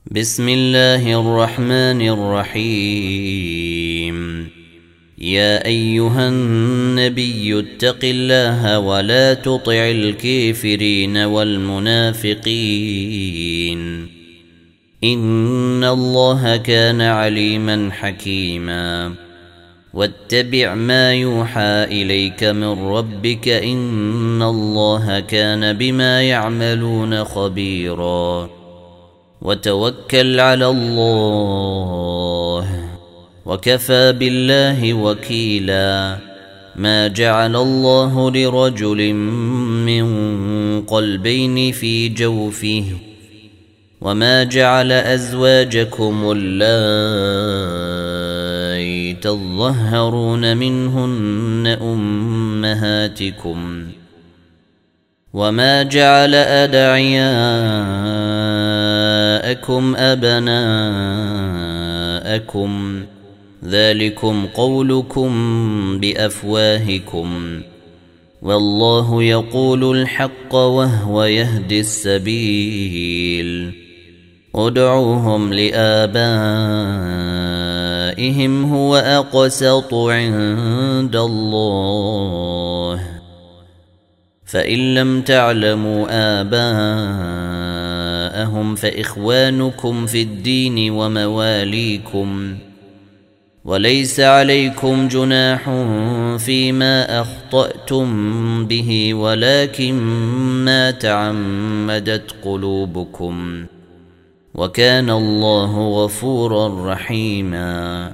بسم الله الرحمن الرحيم. يا أيها النبي اتق الله ولا تطع الكافرين والمنافقين إن الله كان عليما حكيما. واتبع ما يوحى إليك من ربك إن الله كان بما يعملون خبيرا. وتوكل على الله وكفى بالله وكيلا. ما جعل الله لرجل من قلبين في جوفه وما جعل أزواجكم اللائي تظهرون منهن أمهاتكم وما جعل أدعياءكم أبناءكم ذلكم قولكم بأفواهكم والله يقول الحق وهو يهدي السبيل. ادعوهم لآبائهم هو أقسط عند الله فإن لم تعلموا آباءهم فإخوانكم في الدين ومواليكم وليس عليكم جناح فيما أخطأتم به ولكن ما تعمدت قلوبكم وكان الله غفورا رحيما.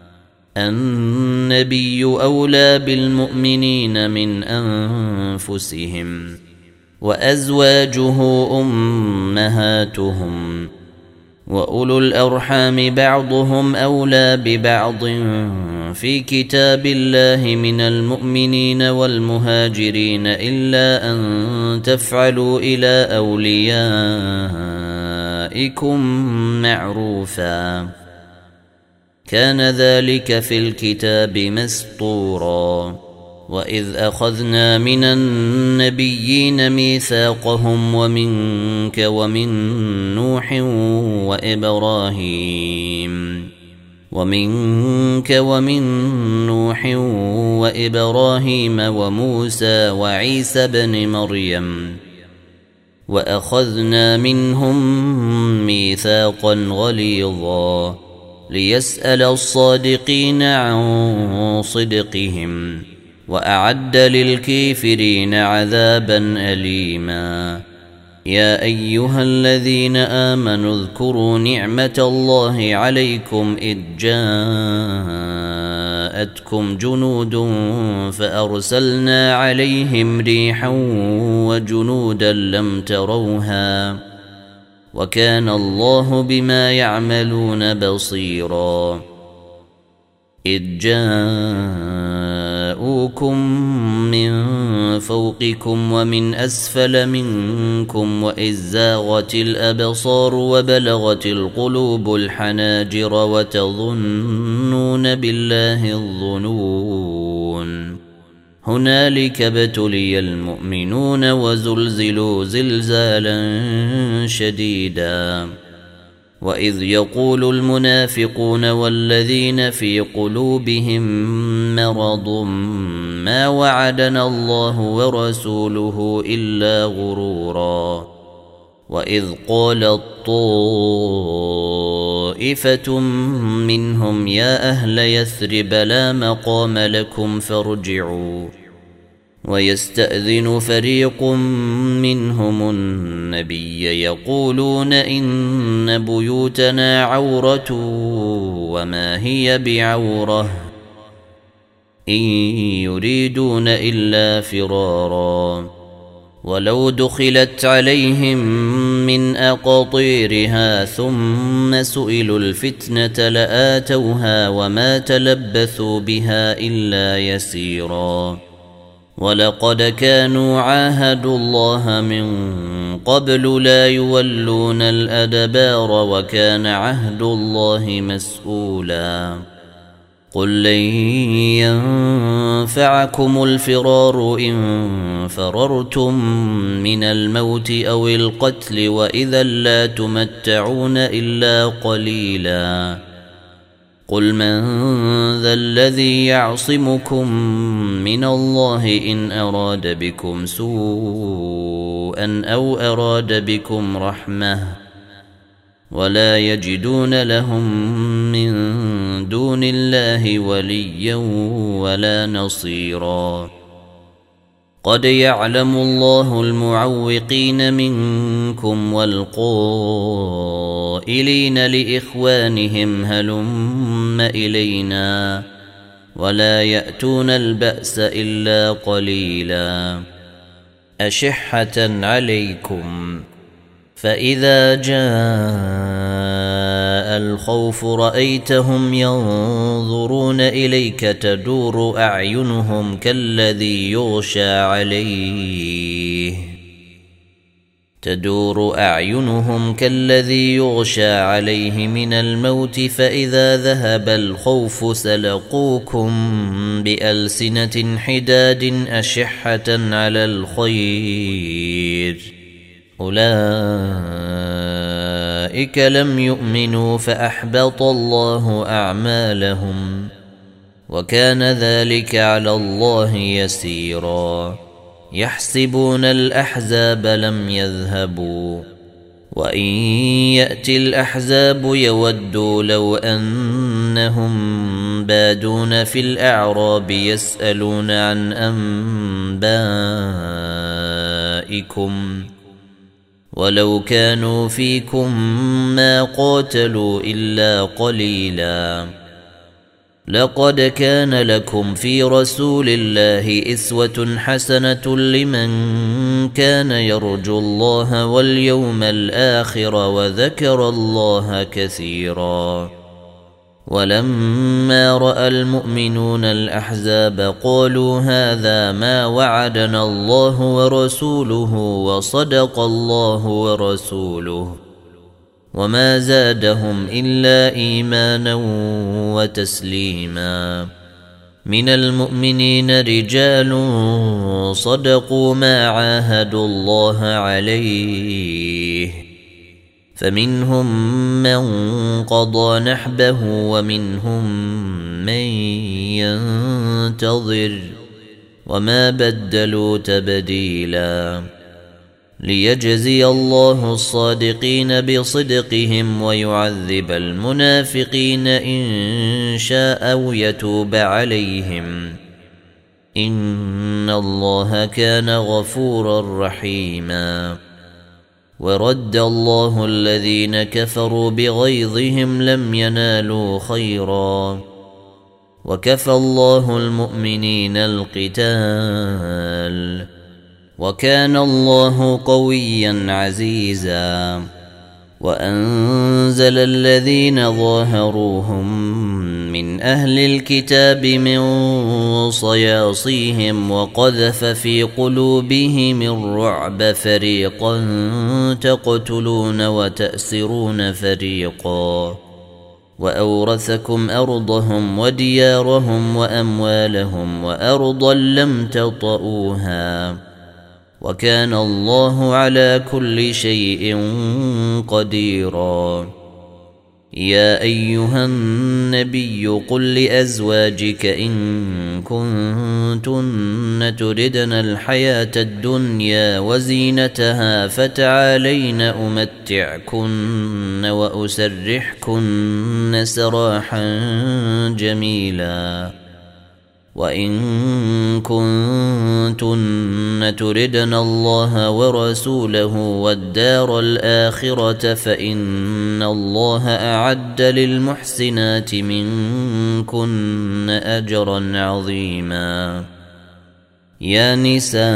النبي أولى بالمؤمنين من أنفسهم وأزواجه أمهاتهم وأولو الأرحام بعضهم أولى ببعض في كتاب الله من المؤمنين والمهاجرين إلا أن تفعلوا إلى أوليائكم معروفا كان ذلك في الكتاب مسطورا. وإذ أخذنا من النبيين ميثاقهم ومنك ومن نوح وإبراهيم وموسى وعيسى بن مريم وأخذنا منهم ميثاقا غليظا ليسأل الصادقين عن صدقهم وأعد للكافرين عذابا أليما. يا أيها الذين آمنوا اذكروا نعمة الله عليكم إذ جاءتكم جنود فأرسلنا عليهم ريحا وجنودا لم تروها وكان الله بما يعملون بصيرا. إذ جاءوكم من فوقكم ومن أسفل منكم وإذ زاغت الأبصار وبلغت القلوب الحناجر وتظنون بالله الظنون هنالك ابتلي المؤمنون وزلزلوا زلزالا شديدا. وإذ يقول المنافقون والذين في قلوبهم مرض ما وعدنا الله ورسوله إلا غرورا. وإذ قالت طائفة منهم يا أهل يثرب لا مقام لكم فارجعوا ويستأذن فريق منهم النبي يقولون إن بيوتنا عورة وما هي بعورة إن يريدون إلا فرارا ولو دخلت عليهم من أقاطيرها ثم سئلوا الفتنة لآتوها وما تلبثوا بها إلا يسيرا. ولقد كانوا عاهدوا الله من قبل لا يولون الأدبار وكان عهد الله مسؤولا. قل لن ينفعكم الفرار إن فررتم من الموت أو القتل وإذا لا تمتعون إلا قليلا قل من ذا الذي يعصمكم من الله إن أراد بكم سوءا أو أراد بكم رحمة ولا يجدون لهم من دون الله وليا ولا نصيرا قد يعلم الله المعوقين منكم والقائلين لإخوانهم هلم إلينا ولا يأتون البأس إلا قليلا أشحة عليكم فإذا جاء الخوف رأيتهم ينظرون إليك تدور أعينهم كالذي يغشى عليه من الموت فإذا ذهب الخوف سلقوكم بألسنة حداد أشحة على الخير أولئك لم يؤمنوا فأحبط الله أعمالهم وكان ذلك على الله يسيرا يحسبون الأحزاب لم يذهبوا وإن يأتي الأحزاب يودوا لو أنهم بادون في الأعراب يسألون عن أنبائكم ولو كانوا فيكم ما قاتلوا إلا قليلا لقد كان لكم في رسول الله إسوة حسنة لمن كان يرجو الله واليوم الآخر وذكر الله كثيرا ولما رأى المؤمنون الأحزاب قالوا هذا ما وعدنا الله ورسوله وصدق الله ورسوله وما زادهم إلا إيمانا وتسليما من المؤمنين رجال صدقوا ما عاهدوا الله عليه فمنهم من قضى نحبه ومنهم من ينتظر وما بدلوا تبديلا ليجزي الله الصادقين بصدقهم ويعذب المنافقين إن شاء أو يتوب عليهم إن الله كان غفورا رحيما ورد الله الذين كفروا بغيظهم لم ينالوا خيرا وكفى الله المؤمنين القتال وكان الله قويا عزيزا وأنزل الذين ظاهروهم من أهل الكتاب من صياصيهم وقذف في قلوبهم الرعب فريقا تقتلون وتأسرون فريقا وأورثكم أرضهم وديارهم وأموالهم وأرضا لم تطئوها وكان الله على كل شيء قديرا يا أيها النبي قل لأزواجك إن كنتن تردن الحياة الدنيا وزينتها فتعالين أمتعكن وأسرحكن سراحا جميلا وإن كنتن تردن الله ورسوله والدار الآخرة فإن الله أعد للمحسنات منكن أجرا عظيما يا نساء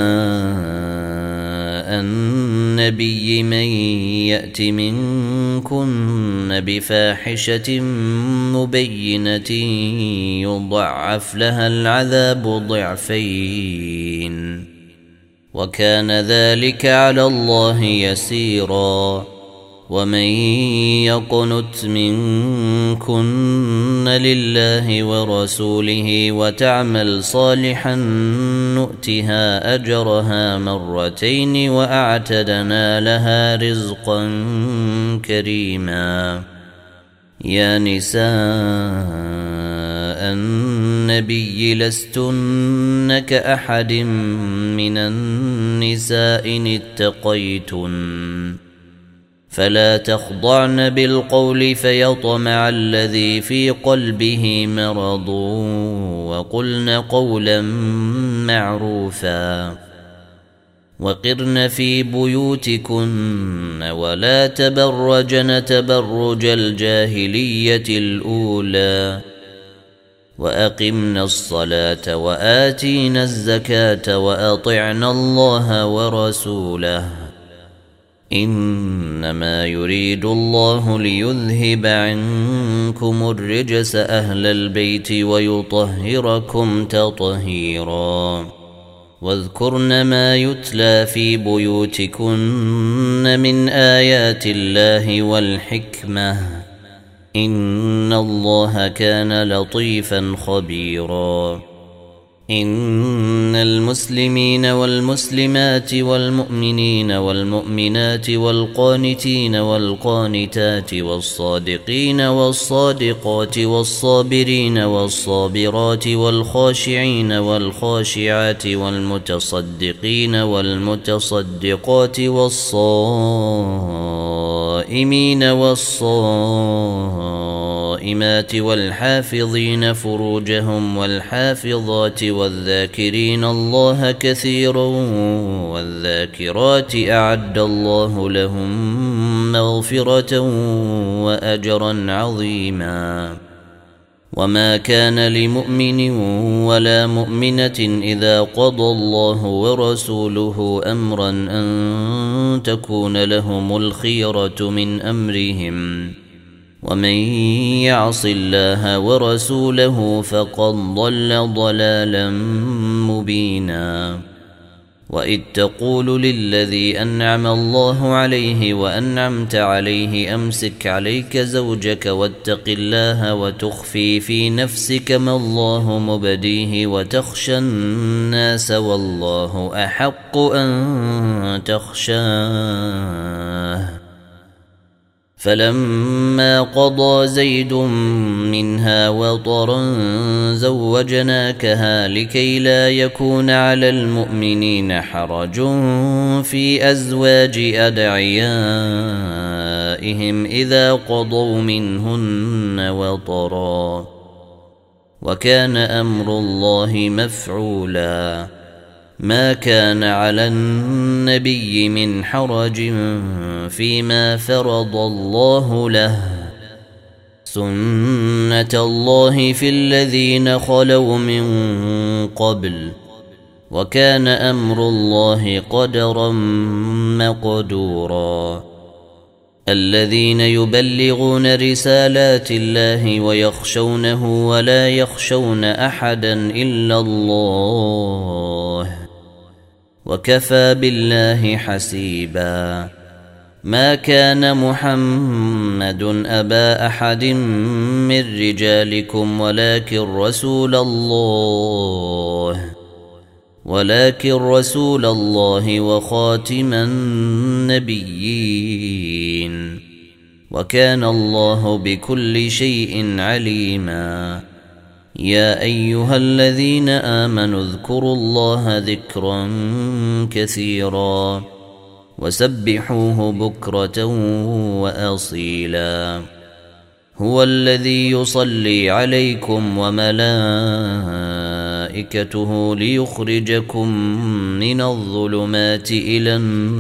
النبي من يأت منكن بفاحشة مبينة يضعف لها العذاب ضعفين وكان ذلك على الله يسيرا ومن يقنت منكن لله ورسوله وتعمل صالحا نؤتها أجرها مرتين وأعتدنا لها رزقا كريما. يا نساء النبي لستن كأحد من النساء إن اتقيتن فلا تخضعن بالقول فيطمع الذي في قلبه مرض وقلن قولا معروفا وقرن في بيوتكن ولا تبرجن تبرج الجاهلية الأولى وأقمنا الصلاة وآتينا الزكاة وأطعنا الله ورسوله إنما يريد الله ليذهب عنكم الرجس أهل البيت ويطهركم تطهيرا. واذكرن ما يتلى في بيوتكن من آيات الله والحكمة إن الله كان لطيفا خبيرا. إن المسلمين والمسلمات والمؤمنين والمؤمنات والقانتين والقانتات والصادقين والصادقات والصابرين والصابرات والخاشعين والخاشعات والمتصدقين والمتصدقات والصائمين والصائمات والحافظين فروجهم والحافظات والذاكرين الله كثيرا والذاكرات أعد الله لهم مغفرة وأجرا عظيما. وما كان لمؤمن ولا مؤمنة إذا قضى الله ورسوله أمرا أن تكون لهم الخيرة من أمرهم ومن يعص الله ورسوله فقد ضل ضلالا مبينا. وإذ تقول للذي أنعم الله عليه وأنعمت عليه أمسك عليك زوجك واتق الله وتخفي في نفسك ما الله مبديه وتخشى الناس والله أحق أن تخشاه فلما قضى زيد منها وطرا زوجناكها لكي لا يكون على المؤمنين حرج في أزواج أدعيائهم إذا قضوا منهن وطرا وكان أمر الله مفعولا. ما كان على النبي من حرج فيما فرض الله له سنة الله في الذين خلوا من قبل وكان أمر الله قدرا مقدورا. الذين يبلغون رسالات الله ويخشونه ولا يخشون أحدا إلا الله وكفى بالله حسيبا. ما كان محمد أبا أحد من رجالكم ولكن رسول الله وخاتم النبيين وكان الله بكل شيء عليما. يا أيها الذين آمنوا اذكروا الله ذكرا كثيرا وسبحوه بكرة وأصيلا. هو الذي يصلي عليكم وملائكته ليخرجكم من الظلمات إلى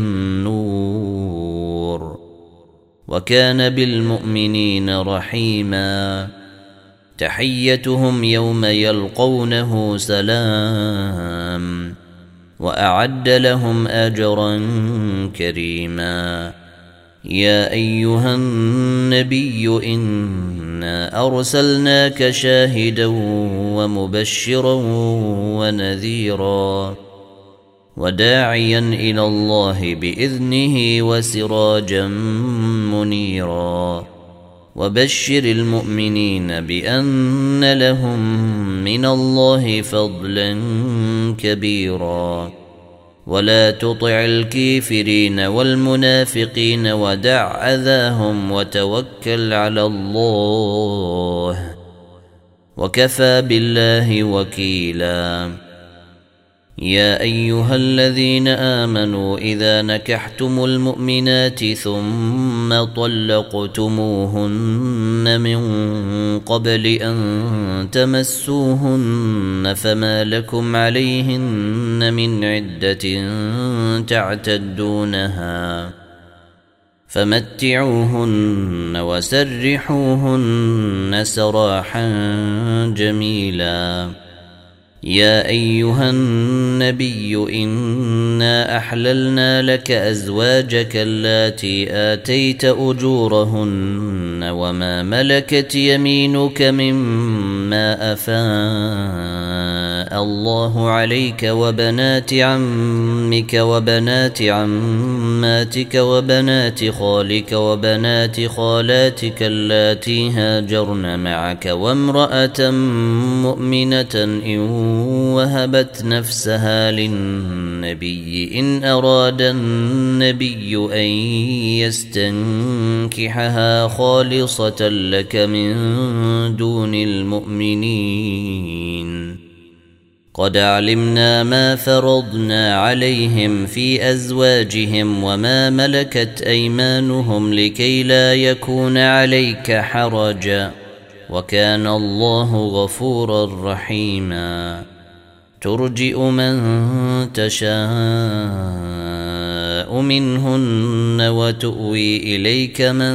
النور وكان بالمؤمنين رحيما. تحيتهم يوم يلقونه سلام وأعد لهم أجرا كريما. يا أيها النبي إنا أرسلناك شاهدا ومبشرا ونذيرا وداعيا إلى الله بإذنه وسراجا منيرا وبشر المؤمنين بأن لهم من الله فضلا كبيرا ولا تطع الكافرين والمنافقين ودع أذاهم وتوكل على الله وكفى بالله وكيلا يا أيها الذين آمنوا إذا نكحتم المؤمنات ثم طلقتموهن من قبل أن تمسوهن فما لكم عليهن من عدة تعتدونها فمتعوهن وسرحوهن سراحا جميلا يا أيها النبي إنا أحللنا لك أزواجك اللاتي آتيت أجورهن وما ملكت يمينك مما أفاء الله عليك وبنات عمك وبنات عماتك وبنات خالك وبنات خالاتك اللاتي هاجرن معك وامرأة مؤمنة إن وهبت نفسها للنبي إن أراد النبي أن يستنكحها خالصة لك من دون المؤمنين قد علمنا ما فرضنا عليهم في أزواجهم وما ملكت أيمانهم لكي لا يكون عليك حرج وكان الله غفورا رحيما ترجئ من تشاء منهن وتؤوي إليك من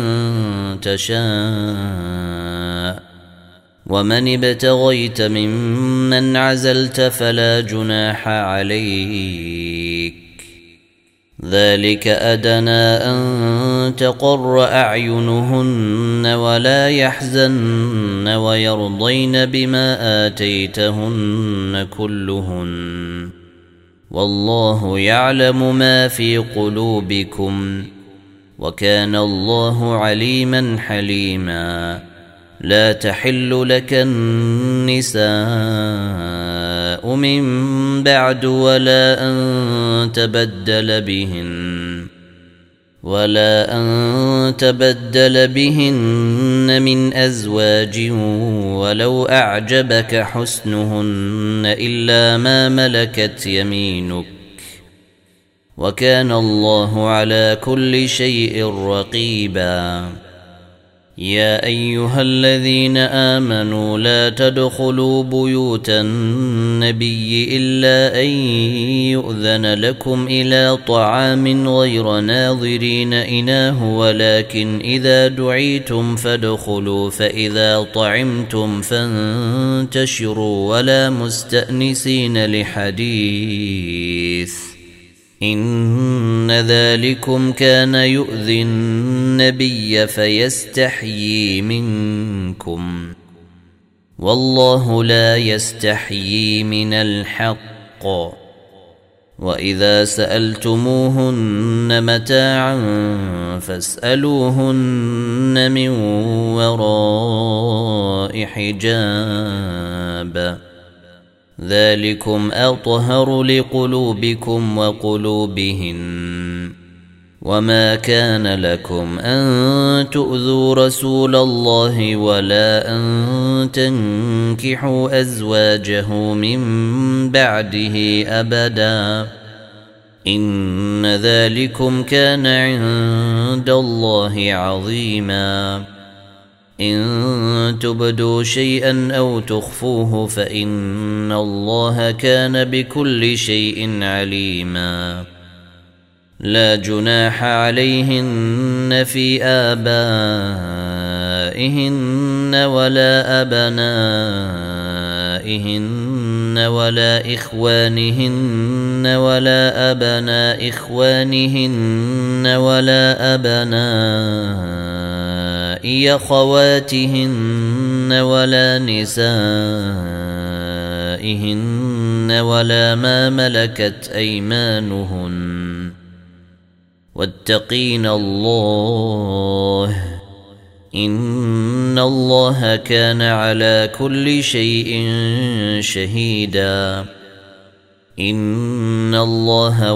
تشاء ومن ابتغيت ممن عزلت فلا جناح عليك ذلك أدنى أن تقر أعينهن ولا يحزن ويرضين بما آتيتهن كلهن والله يعلم ما في قلوبكم وكان الله عليما حليما لا تحل لك النساء من بعد ولا أن تبدل بهن من أزواج ولو أعجبك حسنهن إلا ما ملكت يمينك وكان الله على كل شيء رقيبا يا أيها الذين آمنوا لا تدخلوا بيوت النبي إلا أن يؤذن لكم إلى طعام غير ناظرين إناه ولكن إذا دعيتم فادخلوا فإذا طعمتم فانتشروا ولا مستأنسين لحديث إن ذلكم كان يؤذي النبي فيستحيي منكم والله لا يستحيي من الحق وإذا سألتموهن متاعا فاسألوهن من وراء حجاب ذلكم أطهر لقلوبكم وقلوبهن وما كان لكم أن تؤذوا رسول الله ولا أن تنكحوا أزواجه من بعده أبدا إن ذلكم كان عند الله عظيما إن تبدوا شيئا أو تخفوه فإن الله كان بكل شيء عليما لا جناح عليهن في آبائهن ولا أبنائهن ولا إخوانهن ولا أبناء إخوانهن ولا أبناء خواتهن ولا نسائهن ولا ما ملكت أيمانهن واتقين الله إن الله كان على كل شيء شهيدا إن الله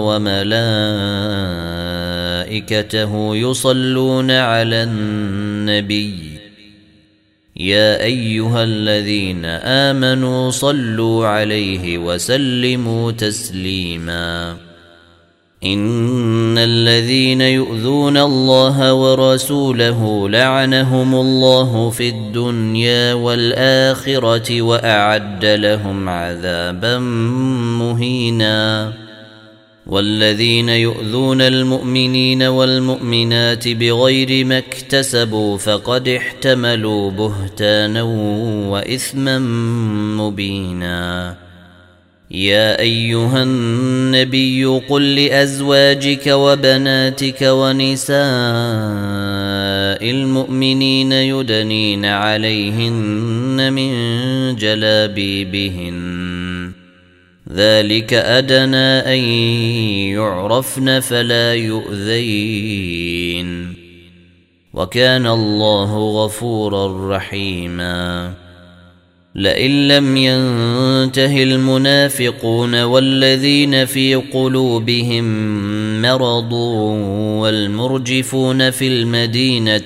وملائكته يصلون على النبي يا أيها الذين آمنوا صلوا عليه وسلموا تسليما إن الذين يؤذون الله ورسوله لعنهم الله في الدنيا والآخرة وأعد لهم عذابا مهينا والذين يؤذون المؤمنين والمؤمنات بغير ما اكتسبوا فقد احتملوا بهتانا وإثما مبينا يا أيها النبي قل لأزواجك وبناتك ونساء المؤمنين يدنين عليهن من جلابيبهن ذلك أدنى أن يعرفن فلا يؤذين وكان الله غفورا رحيما لئن لم ينته المنافقون والذين في قلوبهم مرض والمرجفون في المدينة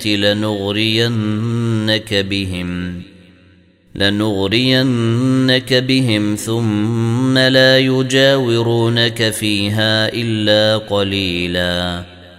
لنغرينك بهم ثم لا يجاورونك فيها إلا قليلا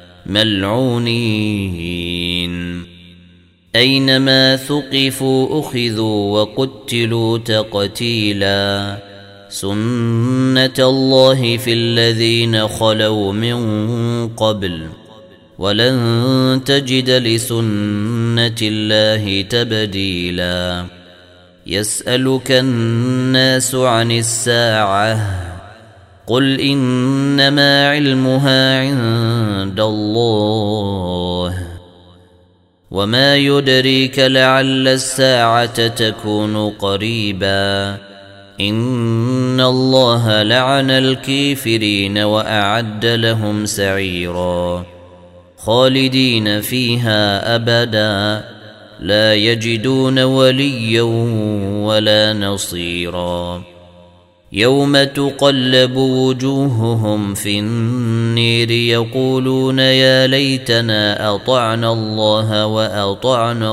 ملعونين أينما ثقفوا أخذوا وقتلوا تقتيلا سنة الله في الذين خلوا من قبل ولن تجد لسنة الله تبديلا يسألك الناس عن الساعة قل إنما علمها عند الله وما يدريك لعل الساعة تكون قريبا إن الله لعن الكافرين وأعد لهم سعيرا خالدين فيها أبدا لا يجدون وليا ولا نصيرا يوم تقلب وجوههم في النير يقولون يا ليتنا أطعنا الله وأطعنا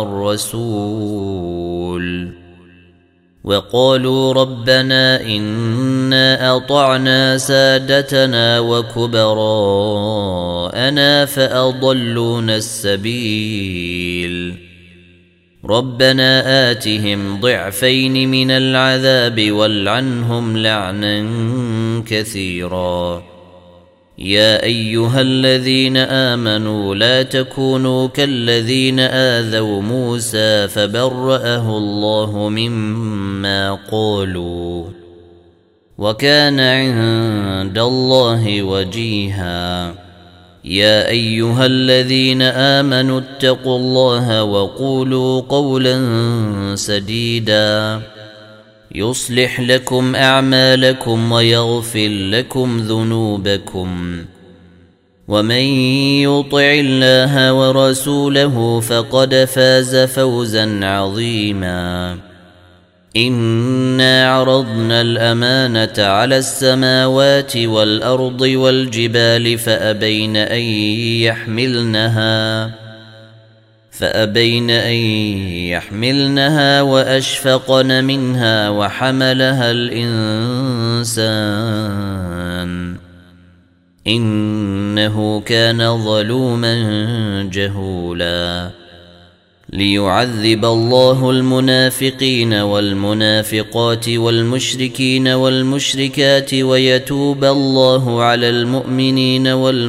الرسول وقالوا ربنا إنا أطعنا سادتنا وكبراءنا فأضلونا السبيل ربنا آتهم ضعفين من العذاب والعنهم لعنا كثيرا يا أيها الذين آمنوا لا تكونوا كالذين آذوا موسى فبرأه الله مما قالوا وكان عند الله وجيها يا أيها الذين آمنوا اتقوا الله وقولوا قولا سديدا يصلح لكم أعمالكم ويغفر لكم ذنوبكم ومن يطع الله ورسوله فقد فاز فوزا عظيما إنا عرضنا الأمانة على السماوات والأرض والجبال فأبين أن يحملنها وأشفقن منها وحملها الإنسان إنه كان ظلوما جهولا ليعذب الله المنافقين والمنافقات والمشركين والمشركات ويتوب الله على المؤمنين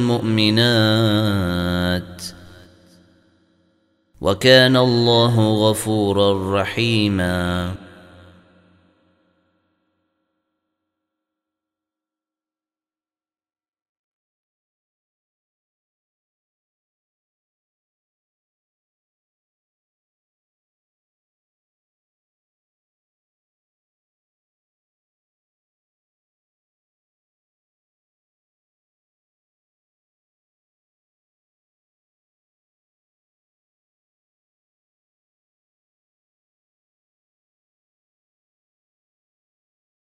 والمؤمنات وكان الله غفورا رحيما